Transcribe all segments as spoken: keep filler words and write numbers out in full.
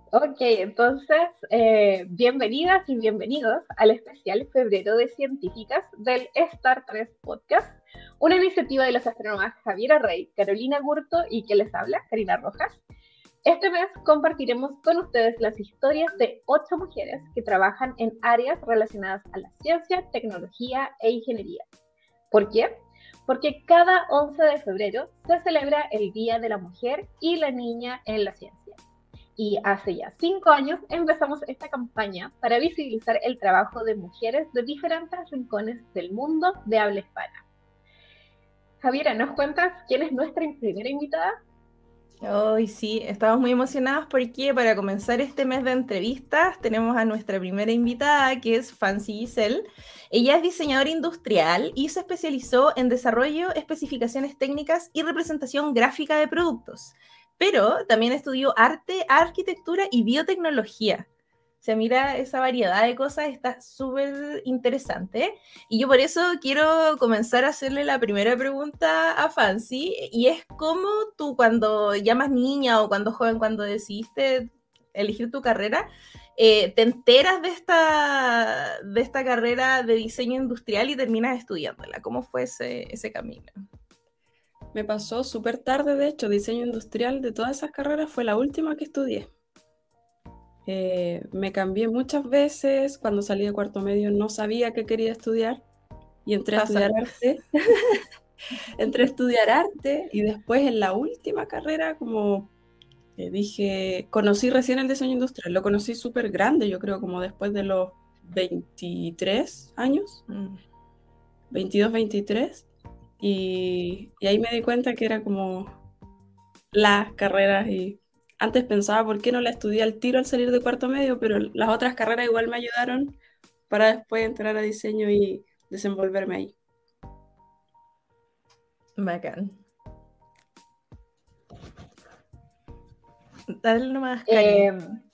Ok, entonces, eh, bienvenidas y bienvenidos al especial Febrero de Científicas del Star tres Podcast, una iniciativa de las astrónomas Javiera Rey, Carolina Gurto y que les habla, Karina Rojas. Este mes compartiremos con ustedes las historias de ocho mujeres que trabajan en áreas relacionadas a la ciencia, tecnología e ingeniería. ¿Por qué? Porque cada once de febrero se celebra el Día de la Mujer y la Niña en la Ciencia. Y hace ya cinco años empezamos esta campaña para visibilizar el trabajo de mujeres de diferentes rincones del mundo de habla hispana. Javiera, ¿nos cuentas quién es nuestra primera invitada? Hoy sí, estamos muy emocionados porque para comenzar este mes de entrevistas tenemos a nuestra primera invitada, que es Fancy Giselle. Ella es diseñadora industrial y se especializó en desarrollo, especificaciones técnicas y representación gráfica de productos, pero también estudió arte, arquitectura y biotecnología. O sea, mira, esa variedad de cosas está súper interesante. Y yo por eso quiero comenzar a hacerle la primera pregunta a Fancy, y es cómo tú cuando ya más niña o cuando joven, cuando decidiste elegir tu carrera, eh, te enteras de esta, de esta carrera de diseño industrial y terminas estudiándola. ¿Cómo fue ese, ese camino? Me pasó súper tarde, de hecho, diseño industrial de todas esas carreras fue la última que estudié. Eh, me cambié muchas veces, cuando salí de cuarto medio no sabía qué quería estudiar y entré a Pasa. estudiar arte. Entré a estudiar arte y después en la última carrera como eh, dije, conocí recién el diseño industrial, lo conocí súper grande, yo creo como después de los veintitrés años, Mm. veintidós, veintitrés, y, y ahí me di cuenta que era como las carreras y antes pensaba por qué no la estudié al tiro al salir de cuarto medio, pero las otras carreras igual me ayudaron para después entrar a diseño y desenvolverme ahí. Bacán. Dale nomás, Cari. Eh,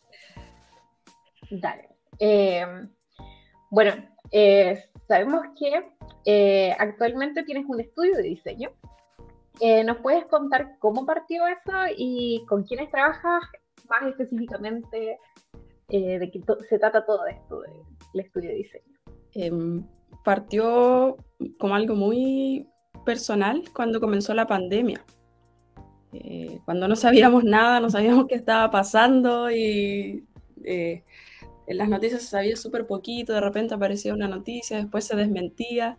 dale. Eh, bueno, eh, sabemos que eh, actualmente tienes un estudio de diseño. Eh, ¿Nos puedes contar cómo partió eso y con quiénes trabajas más específicamente? Eh, de qué se trata todo esto del estudio de diseño. Eh, partió como algo muy personal cuando comenzó la pandemia. Eh, cuando no sabíamos nada, no sabíamos qué estaba pasando y eh, en las noticias se sabía súper poquito, de repente aparecía una noticia, después se desmentía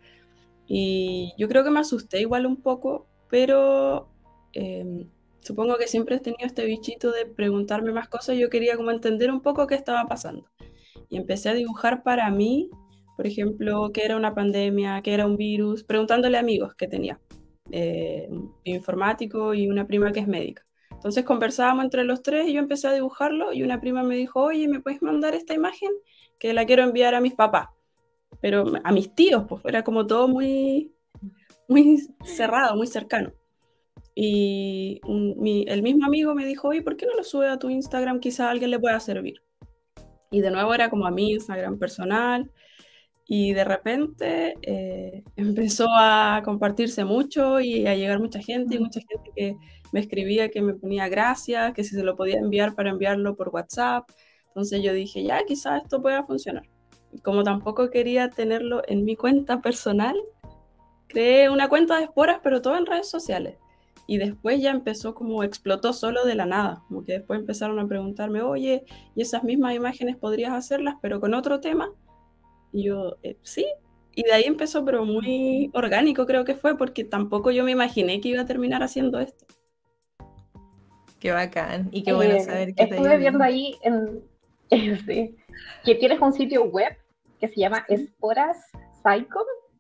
y yo creo que me asusté igual un poco, pero eh, supongo que siempre he tenido este bichito de preguntarme más cosas y yo quería como entender un poco qué estaba pasando. Y empecé a dibujar para mí, por ejemplo, qué era una pandemia, qué era un virus, preguntándole a amigos que tenía, eh, un informático y una prima que es médica. Entonces conversábamos entre los tres y yo empecé a dibujarlo y una prima me dijo, oye, ¿me puedes mandar esta imagen? Que la quiero enviar a mis papás, pero a mis tíos, pues era como todo muy, muy cerrado, muy cercano. Y un, mi, el mismo amigo me dijo, oye, ¿por qué no lo sube a tu Instagram? Quizá a alguien le pueda servir. Y de nuevo era como a mi Instagram personal. Y de repente eh, empezó a compartirse mucho y a llegar mucha gente y mucha gente que me escribía, que me ponía gracias, que si se lo podía enviar para enviarlo por WhatsApp. Entonces yo dije, ya, quizás esto pueda funcionar. Y como tampoco quería tenerlo en mi cuenta personal, creé una cuenta de esporas, pero todo en redes sociales. Y después ya empezó como explotó solo de la nada, como que después empezaron a preguntarme, oye, ¿y esas mismas imágenes podrías hacerlas, pero con otro tema? Y yo, eh, sí. Y de ahí empezó, pero muy orgánico creo que fue, porque tampoco yo me imaginé que iba a terminar haciendo esto. Qué bacán. Y qué bueno Eh, saber que te ha ido estuve viendo bien. ahí en, sí, que tienes un sitio web que se llama Esporas Psycho.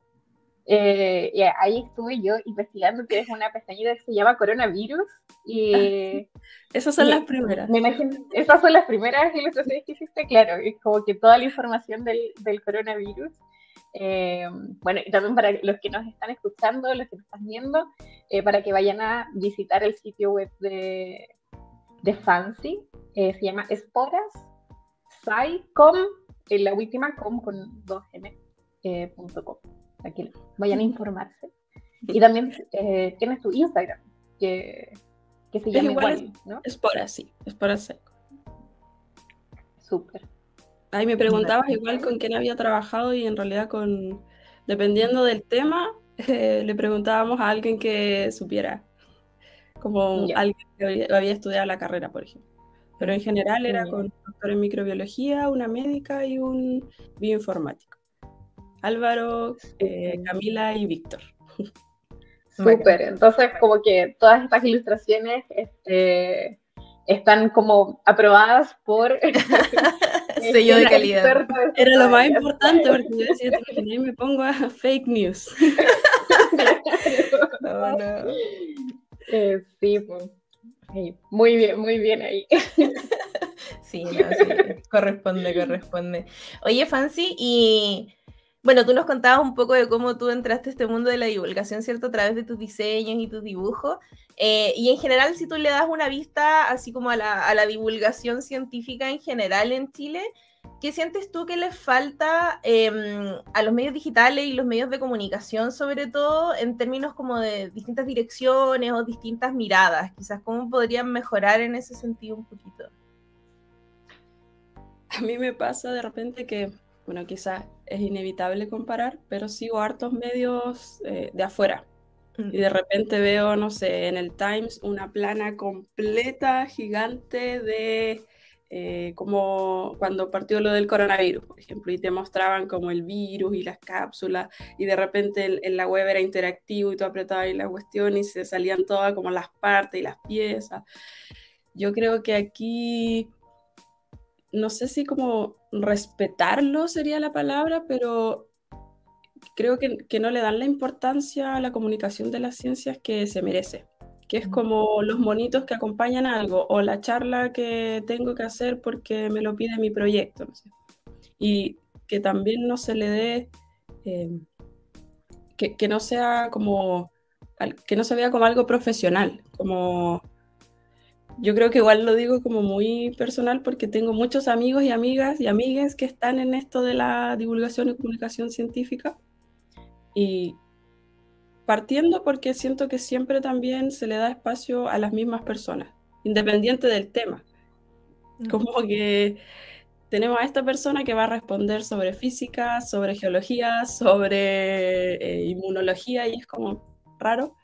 Eh, y ahí estuve yo investigando que es una pestañita que se llama coronavirus. Y, Esas son las y primeras. me imagino, esas son las primeras ilustraciones que hiciste, claro, es como que toda la información del, del coronavirus. Eh, bueno, y también para los que nos están escuchando, los que nos están viendo, eh, para que vayan a visitar el sitio web de, de Fancy, eh, se llama Esporas Psycom, en la última com con dos m eh, punto com, para que vayan a informarse. Y también eh, tienes tu Instagram, que, que se Es llama igual, igual, es, ¿no? esporas, sí, esporas seco. Súper. Ahí me preguntabas igual con quién había trabajado y en realidad con, dependiendo del tema, eh, le preguntábamos a alguien que supiera, como Ya. alguien que había, había estudiado la carrera, por ejemplo. Pero en general era Ya. con un doctor en microbiología, una médica y un bioinformático. Álvaro, eh, Camila y Víctor. Súper. Entonces, como que todas estas ilustraciones este, están como aprobadas por sello de calidad. Era lo más importante porque yo decía, que ni me pongo a fake news. No, no. Eh, sí, pues. Muy bien, muy bien ahí. Sí, no, sí, corresponde, corresponde. Oye, Fancy, y bueno, tú nos contabas un poco de cómo tú entraste a este mundo de la divulgación, ¿cierto? A través de tus diseños y tus dibujos. Eh, y en general, si tú le das una vista así como a la, a la divulgación científica en general en Chile, ¿qué sientes tú que les falta eh, a los medios digitales y los medios de comunicación, sobre todo en términos como de distintas direcciones o distintas miradas? Quizás, ¿cómo podrían mejorar en ese sentido un poquito? A mí me pasa de repente que, bueno, quizás es inevitable comparar, pero sigo hartos medios eh, de afuera. Y de repente veo, no sé, en el Times una plana completa, gigante de eh, como cuando partió lo del coronavirus, por ejemplo, y te mostraban como el virus y las cápsulas, y de repente en, en la web era interactivo y tú apretabas ahí la cuestión y se salían todas como las partes y las piezas. Yo creo que aquí, no sé si como respetarlo sería la palabra, pero creo que, que no le dan la importancia a la comunicación de las ciencias que se merece, que es como los monitos que acompañan algo o la charla que tengo que hacer porque me lo pide mi proyecto, no sé. Y que también no se le dé, eh, que, que no sea como, que no se vea como algo profesional, como... Yo creo que igual lo digo como muy personal porque tengo muchos amigos y amigas y amigues que están en esto de la divulgación y comunicación científica. Y partiendo porque siento que siempre también se le da espacio a las mismas personas, independiente del tema. Como que tenemos a esta persona que va a responder sobre física, sobre geología, sobre eh, inmunología, y es como raro.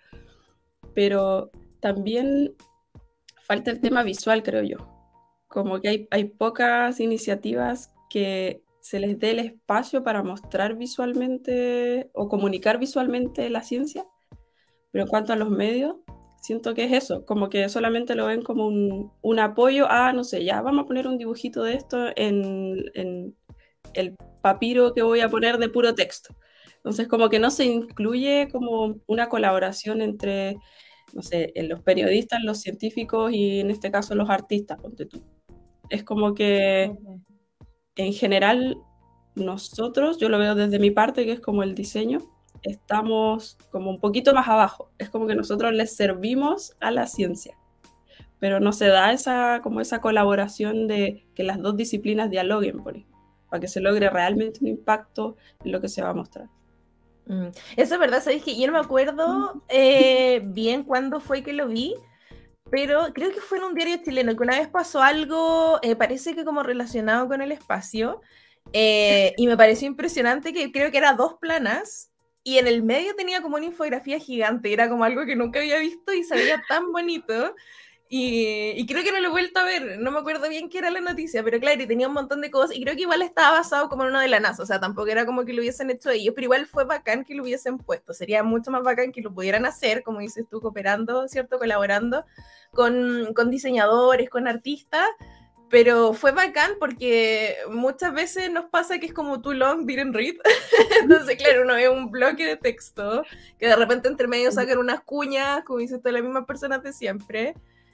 Pero también falta el tema visual, creo yo. Como que hay, hay pocas iniciativas que se les dé el espacio para mostrar visualmente o comunicar visualmente la ciencia, pero en cuanto a los medios, siento que es eso, como que solamente lo ven como un, un apoyo a, no sé, ya vamos a poner un dibujito de esto en, en el papiro que voy a poner de puro texto. Entonces como que no se incluye como una colaboración entre, no sé, los periodistas, los científicos y en este caso los artistas, ponte tú. Es como que okay. En general nosotros, yo lo veo desde mi parte, que es como el diseño, estamos como un poquito más abajo. Es como que nosotros les servimos a la ciencia, pero no se da esa, como esa colaboración de que las dos disciplinas dialoguen, por ejemplo, para que se logre realmente un impacto en lo que se va a mostrar. Mm. Eso es verdad, ¿sabéis que yo no me acuerdo eh, bien cuándo fue que lo vi? Pero creo que fue en un diario chileno que una vez pasó algo, eh, parece que como relacionado con el espacio, eh, y me pareció impresionante que creo que era dos planas, y en el medio tenía como una infografía gigante, era como algo que nunca había visto y se veía tan bonito, y, y creo que no lo he vuelto a ver, no me acuerdo bien qué era la noticia, pero claro, y tenía un montón de cosas, y creo que igual estaba basado como en uno de la NASA, o sea, tampoco era como que lo hubiesen hecho ellos, pero igual fue bacán que lo hubiesen puesto, sería mucho más bacán que lo pudieran hacer, como dices tú, cooperando, ¿cierto?, colaborando con, con diseñadores, con artistas, pero fue bacán porque muchas veces nos pasa que es como too long, didn't read. Entonces, claro, uno ve un bloque de texto que de repente entre medio sacan unas cuñas, como dices tú, las mismas personas de siempre.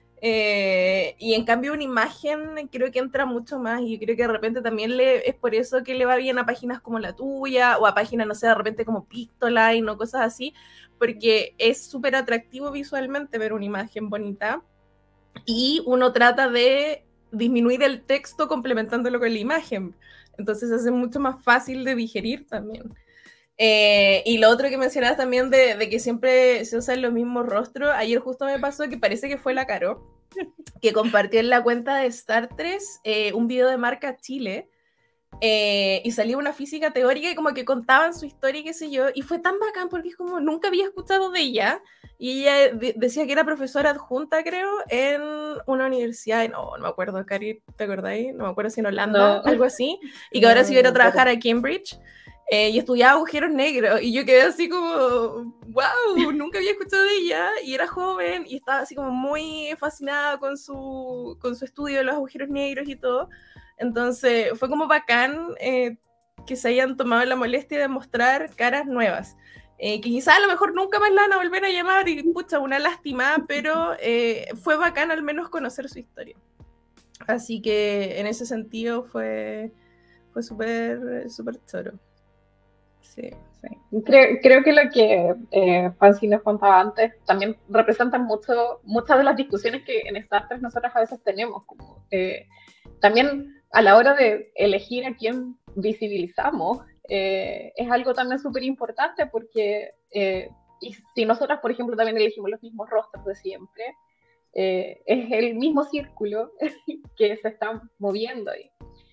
Eh, y en cambio una imagen creo que entra mucho más y yo creo que de repente también le, es por eso que le va bien a páginas como la tuya o a páginas, no sé, de repente como Pictoline o cosas así, porque es súper atractivo visualmente ver una imagen bonita y uno trata de disminuir el texto complementándolo con la imagen, entonces hace mucho más fácil de digerir también. Eh, y lo otro que mencionabas también de, de que siempre se usan los mismos rostros, ayer justo me pasó que parece que fue la Caro, que compartió en la cuenta de Star tres eh, un video de Marca Chile, eh, y salía una física teórica y como que contaban su historia y qué sé yo, y fue tan bacán porque es como nunca había escuchado de ella, y ella de decía que era profesora adjunta, creo, en una universidad, no, no me acuerdo, Cari, ¿te acordáis? No me acuerdo si en Holanda, no. Algo así, y que no, ahora se iba a trabajar a Cambridge, eh, y estudiaba agujeros negros, y yo quedé así como, wow, nunca había escuchado de ella, y era joven, y estaba así como muy fascinada con su, con su estudio de los agujeros negros y todo. Entonces fue como bacán eh, que se hayan tomado la molestia de mostrar caras nuevas, eh, que quizás a lo mejor nunca más la van a volver a llamar y pucha, una lástima, pero eh, fue bacán al menos conocer su historia. Así que en ese sentido fue, fue súper súper choro. Sí. Sí. Creo, creo que lo que eh, Fancy nos contaba antes también representa mucho, muchas de las discusiones que en Star tres nosotros a veces tenemos, como eh, también a la hora de elegir a quién visibilizamos, eh, es algo también súper importante porque eh, y si nosotras, por ejemplo, también elegimos los mismos rostros de siempre, eh, es el mismo círculo que se está moviendo ahí.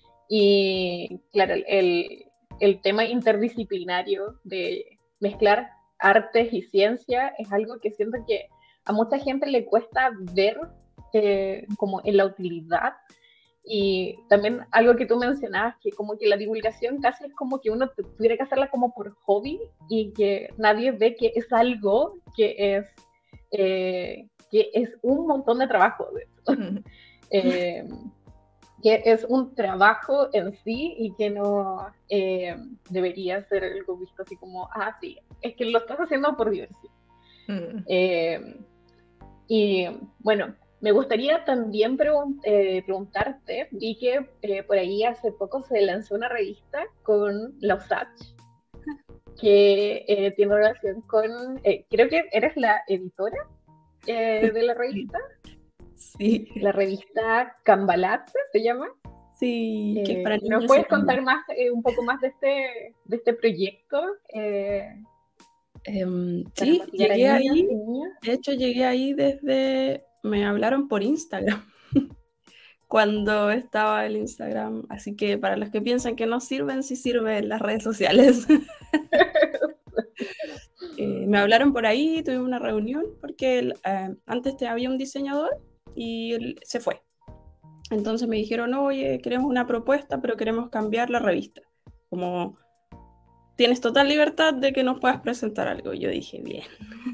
Y claro, el, el tema interdisciplinario de mezclar artes y ciencia es algo que siento que a mucha gente le cuesta ver eh, como en la utilidad. Y también algo que tú mencionabas, que como que la divulgación casi es como que uno tuviera que hacerla como por hobby y que nadie ve que es algo que es, eh, que es un montón de trabajo. De hecho. eh, que es un trabajo en sí y que no eh, debería ser algo visto así como, ah, sí, es que lo estás haciendo por diversión. Mm. Eh, y bueno, me gustaría también pregun- eh, preguntarte, vi que eh, por ahí hace poco se lanzó una revista con la U S A C H, que eh, tiene relación con, eh, creo que eres la editora eh, de la revista. Sí. La revista Cambalat se llama. Sí. Eh, que para ¿Nos puedes contar más, eh, un poco más de este, de este proyecto? Eh, um, sí, llegué ahí. De hecho, llegué ahí desde... Me hablaron por Instagram cuando estaba el Instagram. Así que para los que piensan que no sirven, sí sirven las redes sociales. eh, me hablaron por ahí, tuve una reunión porque el, eh, antes te, había un diseñador y él se fue. Entonces me dijeron, oye, queremos una propuesta, pero queremos cambiar la revista. Como tienes total libertad de que nos puedas presentar algo. Y yo dije, bien.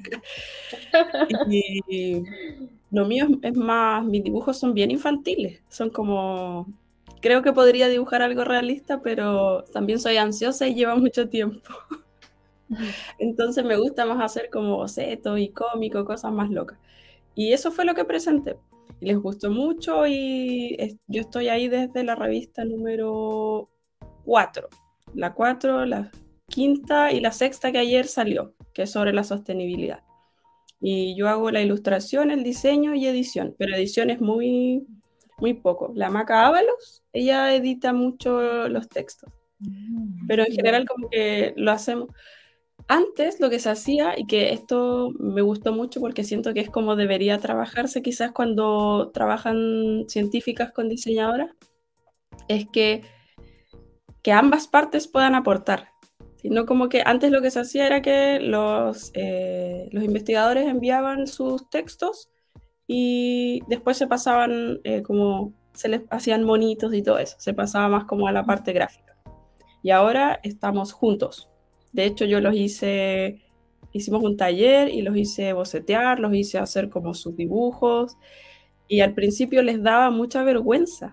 y lo mío es más, mis dibujos son bien infantiles. Son como, creo que podría dibujar algo realista, pero también soy ansiosa y lleva mucho tiempo. Entonces me gusta más hacer como bocetos y cómico, cosas más locas. Y eso fue lo que presenté. Y les gustó mucho y es, yo estoy ahí desde la revista número cuatro. La cuatro, la quinta y la sexta que ayer salió, que es sobre la sostenibilidad. Y yo hago la ilustración, el diseño y edición, pero edición es muy, muy poco. La Maca Ábalos, ella edita mucho los textos, pero en general como que lo hacemos... Antes lo que se hacía, y que esto me gustó mucho porque siento que es como debería trabajarse quizás cuando trabajan científicas con diseñadoras, es que, que ambas partes puedan aportar. Sino como que antes lo que se hacía era que los, eh, los investigadores enviaban sus textos y después se pasaban eh, como, se les hacían monitos y todo eso, se pasaba más como a la parte gráfica. Y ahora estamos juntos. De hecho, yo los hice, hicimos un taller y los hice bocetear, los hice hacer como sus dibujos y al principio les daba mucha vergüenza.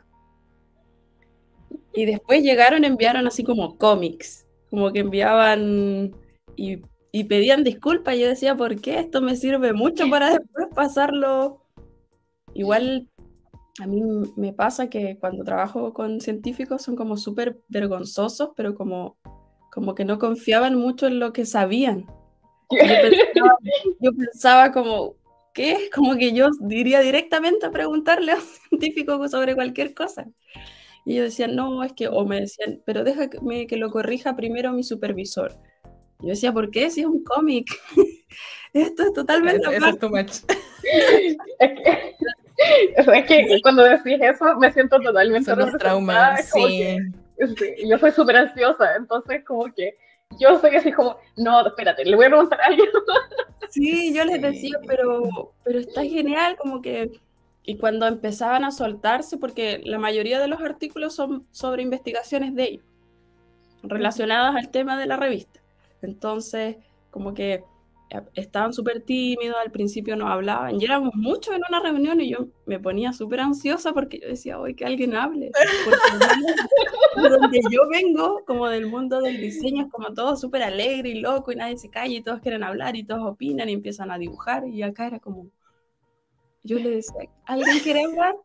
Y después llegaron, enviaron así como cómics, como que enviaban y, y pedían disculpas. Yo decía, ¿por qué? Esto me sirve mucho para después pasarlo. Igual a mí me pasa que cuando trabajo con científicos son como súper vergonzosos, pero como... como que no confiaban mucho en lo que sabían. Yo pensaba, yo pensaba como, ¿qué? Como que yo diría directamente a preguntarle a un científico sobre cualquier cosa. Y ellos decían, no, es que, o me decían, pero déjame que lo corrija primero mi supervisor. Y yo decía, ¿por qué? Si es un cómic. Esto es totalmente... Eso es too much. Es que, o sea, es que cuando decís eso me siento totalmente Son los traumas, representada, como sí. que, sí, yo soy súper ansiosa, entonces como que yo soy así como, no, espérate, le voy a preguntar a alguien. Sí, yo les Sí. decía, pero, pero está genial, como que... Y cuando empezaban a soltarse, porque la mayoría de los artículos son sobre investigaciones de ellos, relacionadas al tema de la revista. Entonces, como que estaban súper tímidos, al principio no hablaban, y éramos muchos en una reunión y yo me ponía súper ansiosa porque yo decía, hoy que alguien hable, porque de donde yo vengo, como del mundo del diseño, es como todo súper alegre y loco y nadie se calla y todos quieren hablar y todos opinan y empiezan a dibujar, y acá era como, yo le decía, ¿alguien quiere hablar?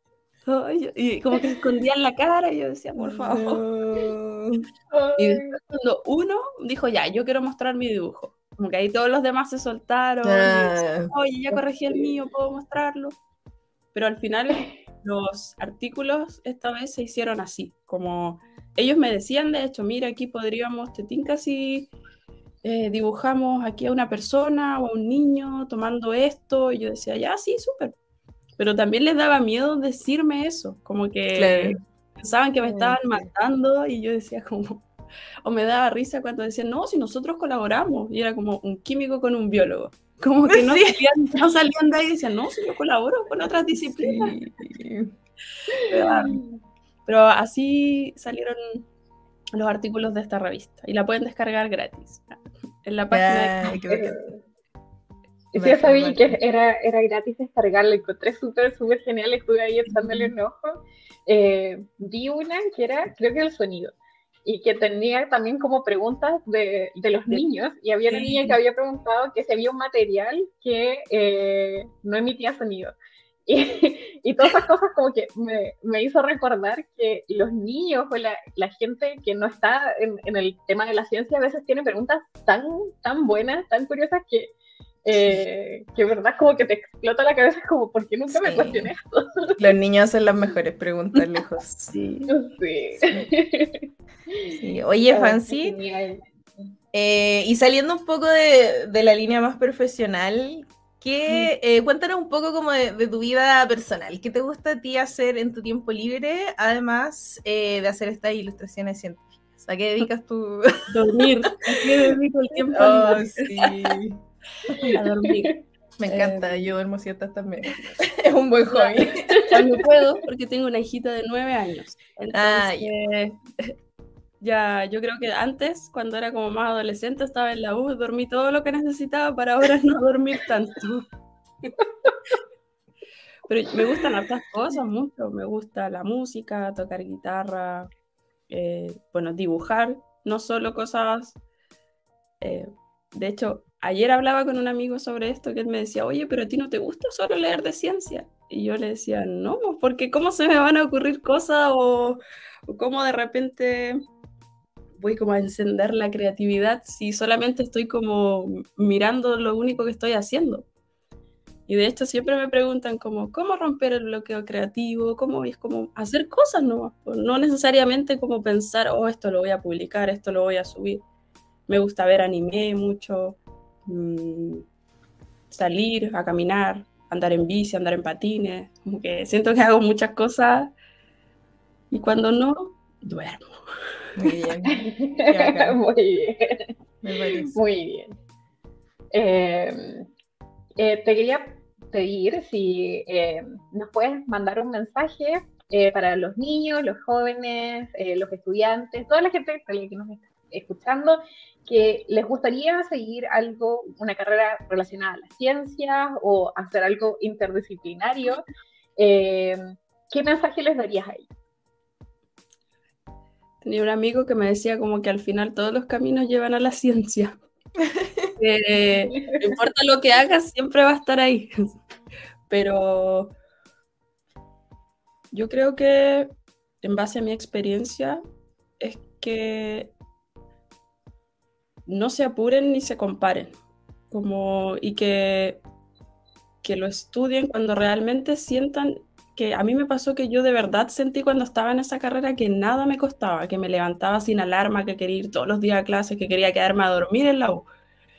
Y como que se escondían la cara y yo decía, por favor. No. Y después cuando uno dijo, ya, yo quiero mostrar mi dibujo, como que ahí todos los demás se soltaron, Ah. y decían, oye, ya corregí el mío, ¿puedo mostrarlo? Pero al final los artículos esta vez se hicieron así, como ellos me decían, de hecho, mira, aquí podríamos, te tinca si eh, dibujamos aquí a una persona o a un niño tomando esto, y yo decía, ya, sí, súper. Pero también les daba miedo decirme eso, como que Claro. pensaban que me estaban Sí. matando, y yo decía como, o me daba risa cuando decían, no, si nosotros colaboramos, y era como un químico con un biólogo, como que no, Sí. salían, no salían de ahí y decían, no, si yo colaboro con otras disciplinas. Sí. Pero, pero así salieron los artículos de esta revista, y la pueden descargar gratis en la página Ay, qué Eh, bacán. Sí, yo sabía Bacán, que bacán. era, era gratis descargarlo, encontré súper, súper genial, estuve ahí echándole un ojo. Eh, vi una que era, creo que el sonido, y que tenía también como preguntas de, de los De- niños, y había una Sí. niña que había preguntado que si había un material que eh, no emitía sonido. Y, y todas esas cosas como que me, me hizo recordar que los niños o la, la gente que no está en, en el tema de la ciencia a veces tiene preguntas tan, tan buenas, tan curiosas que eh, que verdad como que te explota la cabeza, como, ¿por qué nunca me Sí. cuestioné esto? Los niños hacen las mejores preguntas, lejos. Sí. Sí. Sí. Sí. Oye, Ah, Fancy, genial. eh, y saliendo un poco de, de la línea más profesional, ¿qué, eh, cuéntanos un poco como de, de tu vida personal. ¿Qué te gusta a ti hacer en tu tiempo libre, además eh, de hacer estas ilustraciones científicas? ¿A qué dedicas tu...? Dormir, ¿a qué dedico el tiempo Oh, libre? sí. A dormir. Me encanta, Eh, yo duermo siestas también. Es un buen hobby. Cuando puedo, porque tengo una hijita de nueve años. Ah, Entonces, ya, yo creo que antes, cuando era como más adolescente, estaba en la U, dormí todo lo que necesitaba para ahora no dormir tanto. Pero me gustan hartas cosas mucho. Me gusta la música, tocar guitarra, eh, bueno, dibujar, no solo cosas... eh, de hecho, ayer hablaba con un amigo sobre esto, que él me decía, oye, pero a ti no te gusta solo leer de ciencia. Y yo le decía, no, porque ¿cómo se me van a ocurrir cosas o, o cómo de repente voy como a encender la creatividad si solamente estoy como mirando lo único que estoy haciendo? Y de hecho siempre me preguntan como, ¿cómo romper el bloqueo creativo? ¿Cómo es como hacer cosas nomás? Pues no necesariamente como pensar, oh, esto lo voy a publicar, esto lo voy a subir. Me gusta ver anime mucho, mmm, salir a caminar, andar en bici, andar en patines, como que siento que hago muchas cosas y cuando no, duermo. muy bien. Qué bacán. Muy bien. Me parece. Muy bien. Eh, eh, te quería pedir si eh, nos puedes mandar un mensaje eh, para los niños, los jóvenes, eh, los estudiantes, toda la gente que nos está escuchando, que les gustaría seguir algo, una carrera relacionada a la ciencia o hacer algo interdisciplinario. Eh, ¿Qué mensaje les darías a ellos? Tenía un amigo que me decía como que al final todos los caminos llevan a la ciencia. Eh, no importa lo que hagas, siempre va a estar ahí. Pero yo creo que en base a mi experiencia es que no se apuren ni se comparen, como, y que, que lo estudien cuando realmente sientan que a mí me pasó que yo de verdad sentí cuando estaba en esa carrera que nada me costaba, que me levantaba sin alarma, que quería ir todos los días a clases, que quería quedarme a dormir en la U.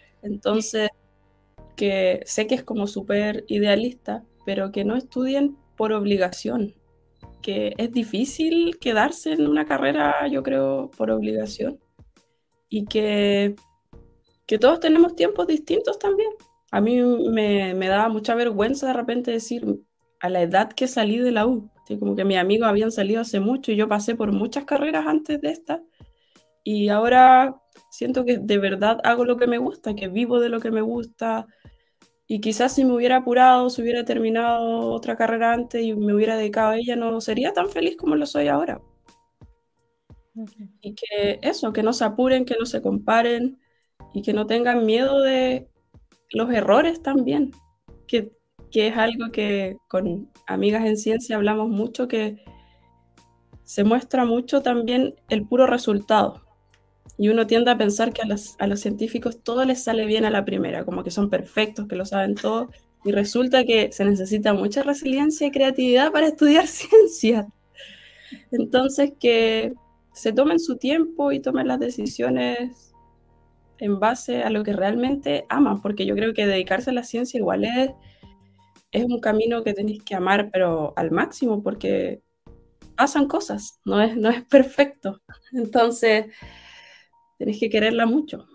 Entonces, que sé que es como súper idealista, pero que no estudien por obligación, que es difícil quedarse en una carrera, yo creo, por obligación, y que, que todos tenemos tiempos distintos también. A mí me, me daba mucha vergüenza de repente decir, a la edad que salí de la U, ¿sí? Como que mis amigos habían salido hace mucho y yo pasé por muchas carreras antes de esta, y ahora siento que de verdad hago lo que me gusta, que vivo de lo que me gusta, y quizás si me hubiera apurado, si hubiera terminado otra carrera antes y me hubiera dedicado a ella, no sería tan feliz como lo soy ahora. Okay. Y que eso, que no se apuren, que no se comparen y que no tengan miedo de los errores también, que, que es algo que con amigas en ciencia hablamos mucho, que se muestra mucho también el puro resultado. Y uno tiende a pensar que a los, a los científicos todo les sale bien a la primera, como que son perfectos, que lo saben todo, y resulta que se necesita mucha resiliencia y creatividad para estudiar ciencia. Entonces, que se tomen su tiempo y tomen las decisiones en base a lo que realmente aman, porque yo creo que dedicarse a la ciencia igual es, es un camino que tenéis que amar, pero al máximo, porque pasan cosas, no es, no es perfecto. Entonces, tenés que quererla mucho.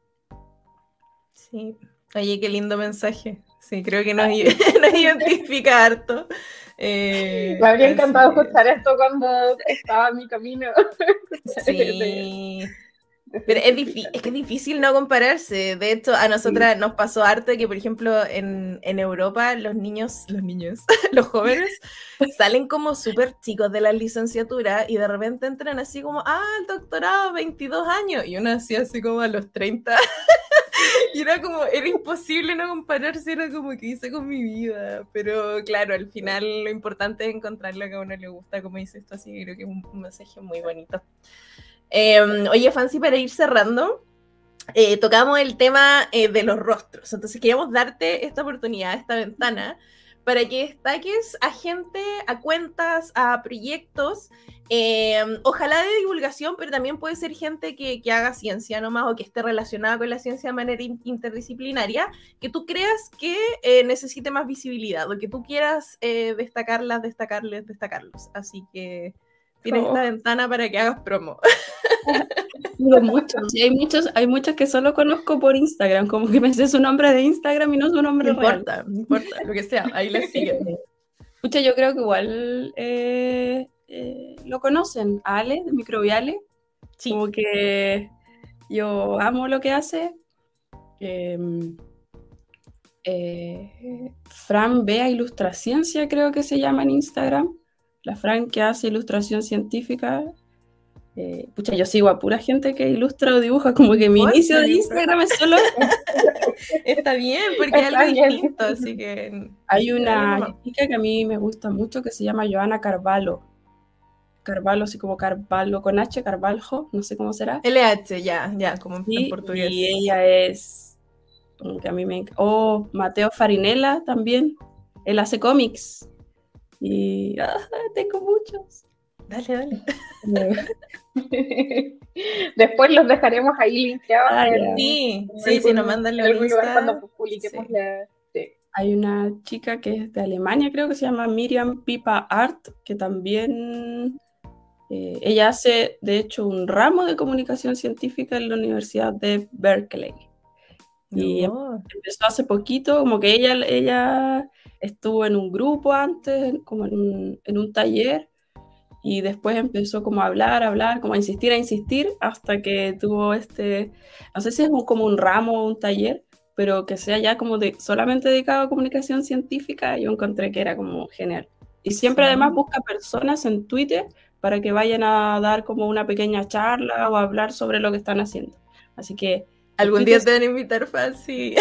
Sí. Oye, qué lindo mensaje. Sí, creo que nos, nos identifica harto. Eh, Me habría encantado que... escuchar esto cuando estaba en mi camino. Sí. Pero es, difícil, es que es difícil no compararse. De hecho, a nosotras sí. nos pasó harto que, por ejemplo, en, en Europa los niños, los niños, los jóvenes, salen como súper chicos de la licenciatura y de repente entran así como, ah, el doctorado, veintidós años. Y uno hacía así como a los treinta. Y era como, era imposible no compararse, era como que hice con mi vida. Pero claro, al final lo importante es encontrar lo que a uno le gusta, como dice esto, así creo que es un, un mensaje muy bonito. Eh, oye, Fancy, para ir cerrando, eh, tocamos el tema eh, de los rostros. Entonces queríamos darte esta oportunidad, esta ventana, para que destaques a gente, a cuentas, a proyectos, eh, ojalá de divulgación, pero también puede ser gente que, que haga ciencia nomás o que esté relacionada con la ciencia de manera interdisciplinaria, que tú creas que eh, necesite más visibilidad o que tú quieras eh, destacarlas, destacarles, destacarlos. Así que tienes oh. esta ventana para que hagas promo. Muchos. Sí, hay muchos, hay muchos que solo conozco por Instagram, como que me sé su nombre de Instagram y no su nombre no real. Importa, no importa, lo que sea, ahí les siguen. Pucha, yo creo que igual eh, eh, lo conocen, a Ale de Microbiales, sí. Como que yo amo lo que hace. Eh, eh, Fran Bea Ilustraciencia, creo que se llama en Instagram. La Fran que hace ilustración científica. Eh, pucha, yo sigo a pura gente que ilustra o dibuja, como que mi inicio de Instagram es solo está bien, porque es algo bien. distinto, así que... Hay una chica que a mí me gusta mucho que se llama Joana Carvalho. Carvalho, así como Carvalho con H, Carvalho, no sé cómo será. L H, ya, ya, como en, sí, en portugués. Y ella es, como que a mí me... Oh, Mateo Farinella también, él hace cómics. Y ah, tengo muchos. Dale, dale. Después los dejaremos ahí linkeados. Ah, en, sí, en sí, si nos mandan la lista. Cuando publiquemos sí. la... Sí. Hay una chica que es de Alemania, creo que se llama Miriam Pipa Art, que también... Eh, ella hace, de hecho, un ramo de comunicación científica en la Universidad de Berkeley. Y no. empezó hace poquito, como que ella, ella estuvo en un grupo antes, como en un, en un taller, y después empezó como a hablar, a hablar, como a insistir, a insistir, hasta que tuvo este, no sé si es un, como un ramo o un taller, pero que sea ya como de, solamente dedicado a comunicación científica, yo encontré que era como genial. Y siempre sí. además busca personas en Twitter para que vayan a dar como una pequeña charla o a hablar sobre lo que están haciendo. Así que... Algún día te van a invitar, Fancy.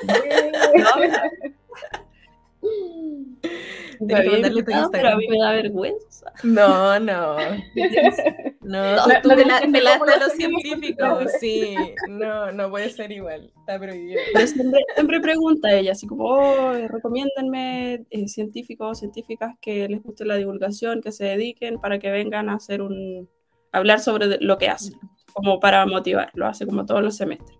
No, mandarle tu Instagram. Pero a mí me da vergüenza. No, no. No, no tú, tú te la, te la hasta los científicos. Sí, no, no puede ser igual. Está prohibido. Pero siempre, siempre pregunta ella, así como, oh, recomiéndenme eh, científicos o científicas que les guste la divulgación, que se dediquen para que vengan a hacer un... hablar sobre lo que hacen, como para motivar. Lo hace como todos los semestres.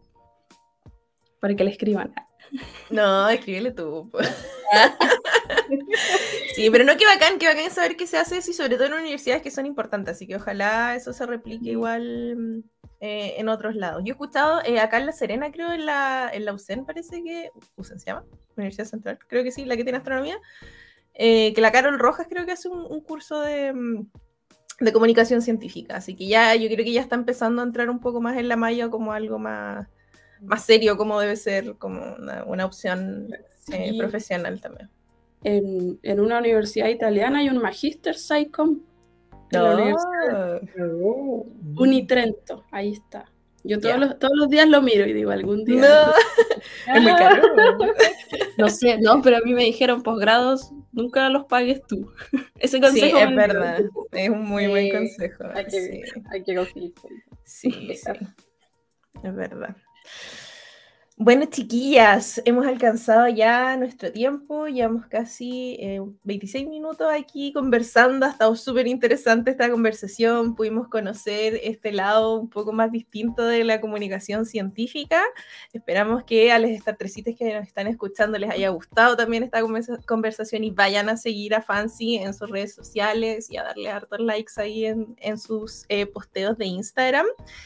Para que le escriban. No, escríbele tú. Pues. Sí, pero no, qué bacán, qué bacán saber que se hace eso y sobre todo en universidades que son importantes, así que ojalá eso se replique igual eh, en otros lados. Yo he escuchado eh, acá en La Serena, creo, en la, en la U C E N parece que, U C E N se llama, Universidad Central, creo que sí, la que tiene astronomía, eh, que la Carol Rojas creo que hace un, un curso de, de comunicación científica, así que ya yo creo que ya está empezando a entrar un poco más en la malla como algo más, más serio, como debe ser, como una, una opción eh, profesional también. En, en una universidad italiana hay un Magister SciComm en No. la Universidad Oh. Unitrento, ahí está. Yo todos, Ya. los, todos los días lo miro y digo, algún día. No, es muy caro. No sé, no, pero a mí me dijeron posgrados, nunca los pagues tú. Ese Sí, consejo es me verdad. Es un muy buen Sí, consejo. Hay que, Sí, hay que conseguir. sí, sí. Es verdad. Bueno, chiquillas, hemos alcanzado ya nuestro tiempo, llevamos casi eh, veintiséis minutos aquí conversando, ha estado súper interesante esta conversación, pudimos conocer este lado un poco más distinto de la comunicación científica, esperamos que a los startrecites que nos están escuchando les haya gustado también esta conversa conversación y vayan a seguir a Fancy en sus redes sociales y a darle hartos likes ahí en, en sus eh, posteos de Instagram.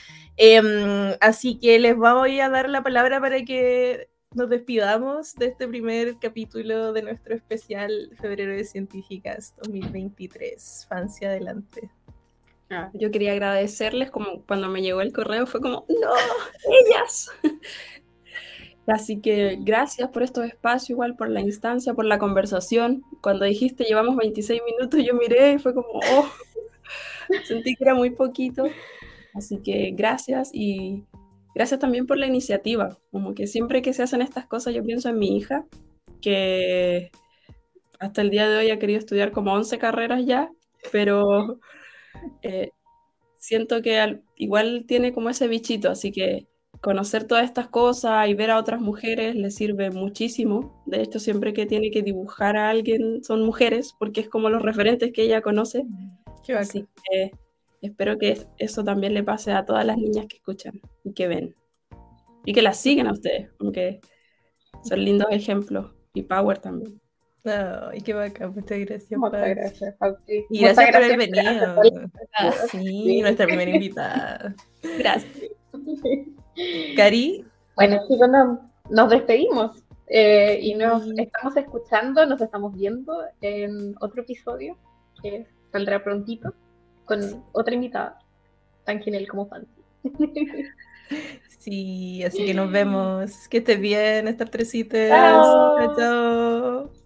Eh, así que les voy a dar la palabra para que nos despidamos de este primer capítulo de nuestro especial Febrero de Científicas dos mil veintitrés. Fancy, adelante. Ah, yo quería agradecerles, como cuando me llegó el correo fue como, ¡no! ¡Ellas! Así que gracias por estos espacios, igual por la instancia, por la conversación. Cuando dijiste llevamos veintiséis minutos, yo miré y fue como, ¡oh! Sentí que era muy poquito. Así que gracias y gracias también por la iniciativa. Como que siempre que se hacen estas cosas yo pienso en mi hija, que hasta el día de hoy ha querido estudiar como once carreras ya, pero eh, siento que al, igual tiene como ese bichito, así que conocer todas estas cosas y ver a otras mujeres le sirve muchísimo. De hecho, siempre que tiene que dibujar a alguien son mujeres, porque es como los referentes que ella conoce. Qué así que espero que eso también le pase a todas las niñas que escuchan y que ven. Y que las siguen a ustedes, aunque son lindos ejemplos. Y Power también. Ay, qué bacán, muchas gracias. Muchas Fancy. gracias, Fauci. Y Muchas gracias por haber gracias, venido. gracias. Sí, Sí. nuestra primera invitada. Gracias. Cari. Bueno, chicos, no, nos despedimos eh, y nos Sí. estamos escuchando, nos estamos viendo en otro episodio que saldrá prontito con otra invitada, tan genial como Fancy. Sí, así que nos vemos. Que estés bien, estas tresitas. Chao. Chao, chao.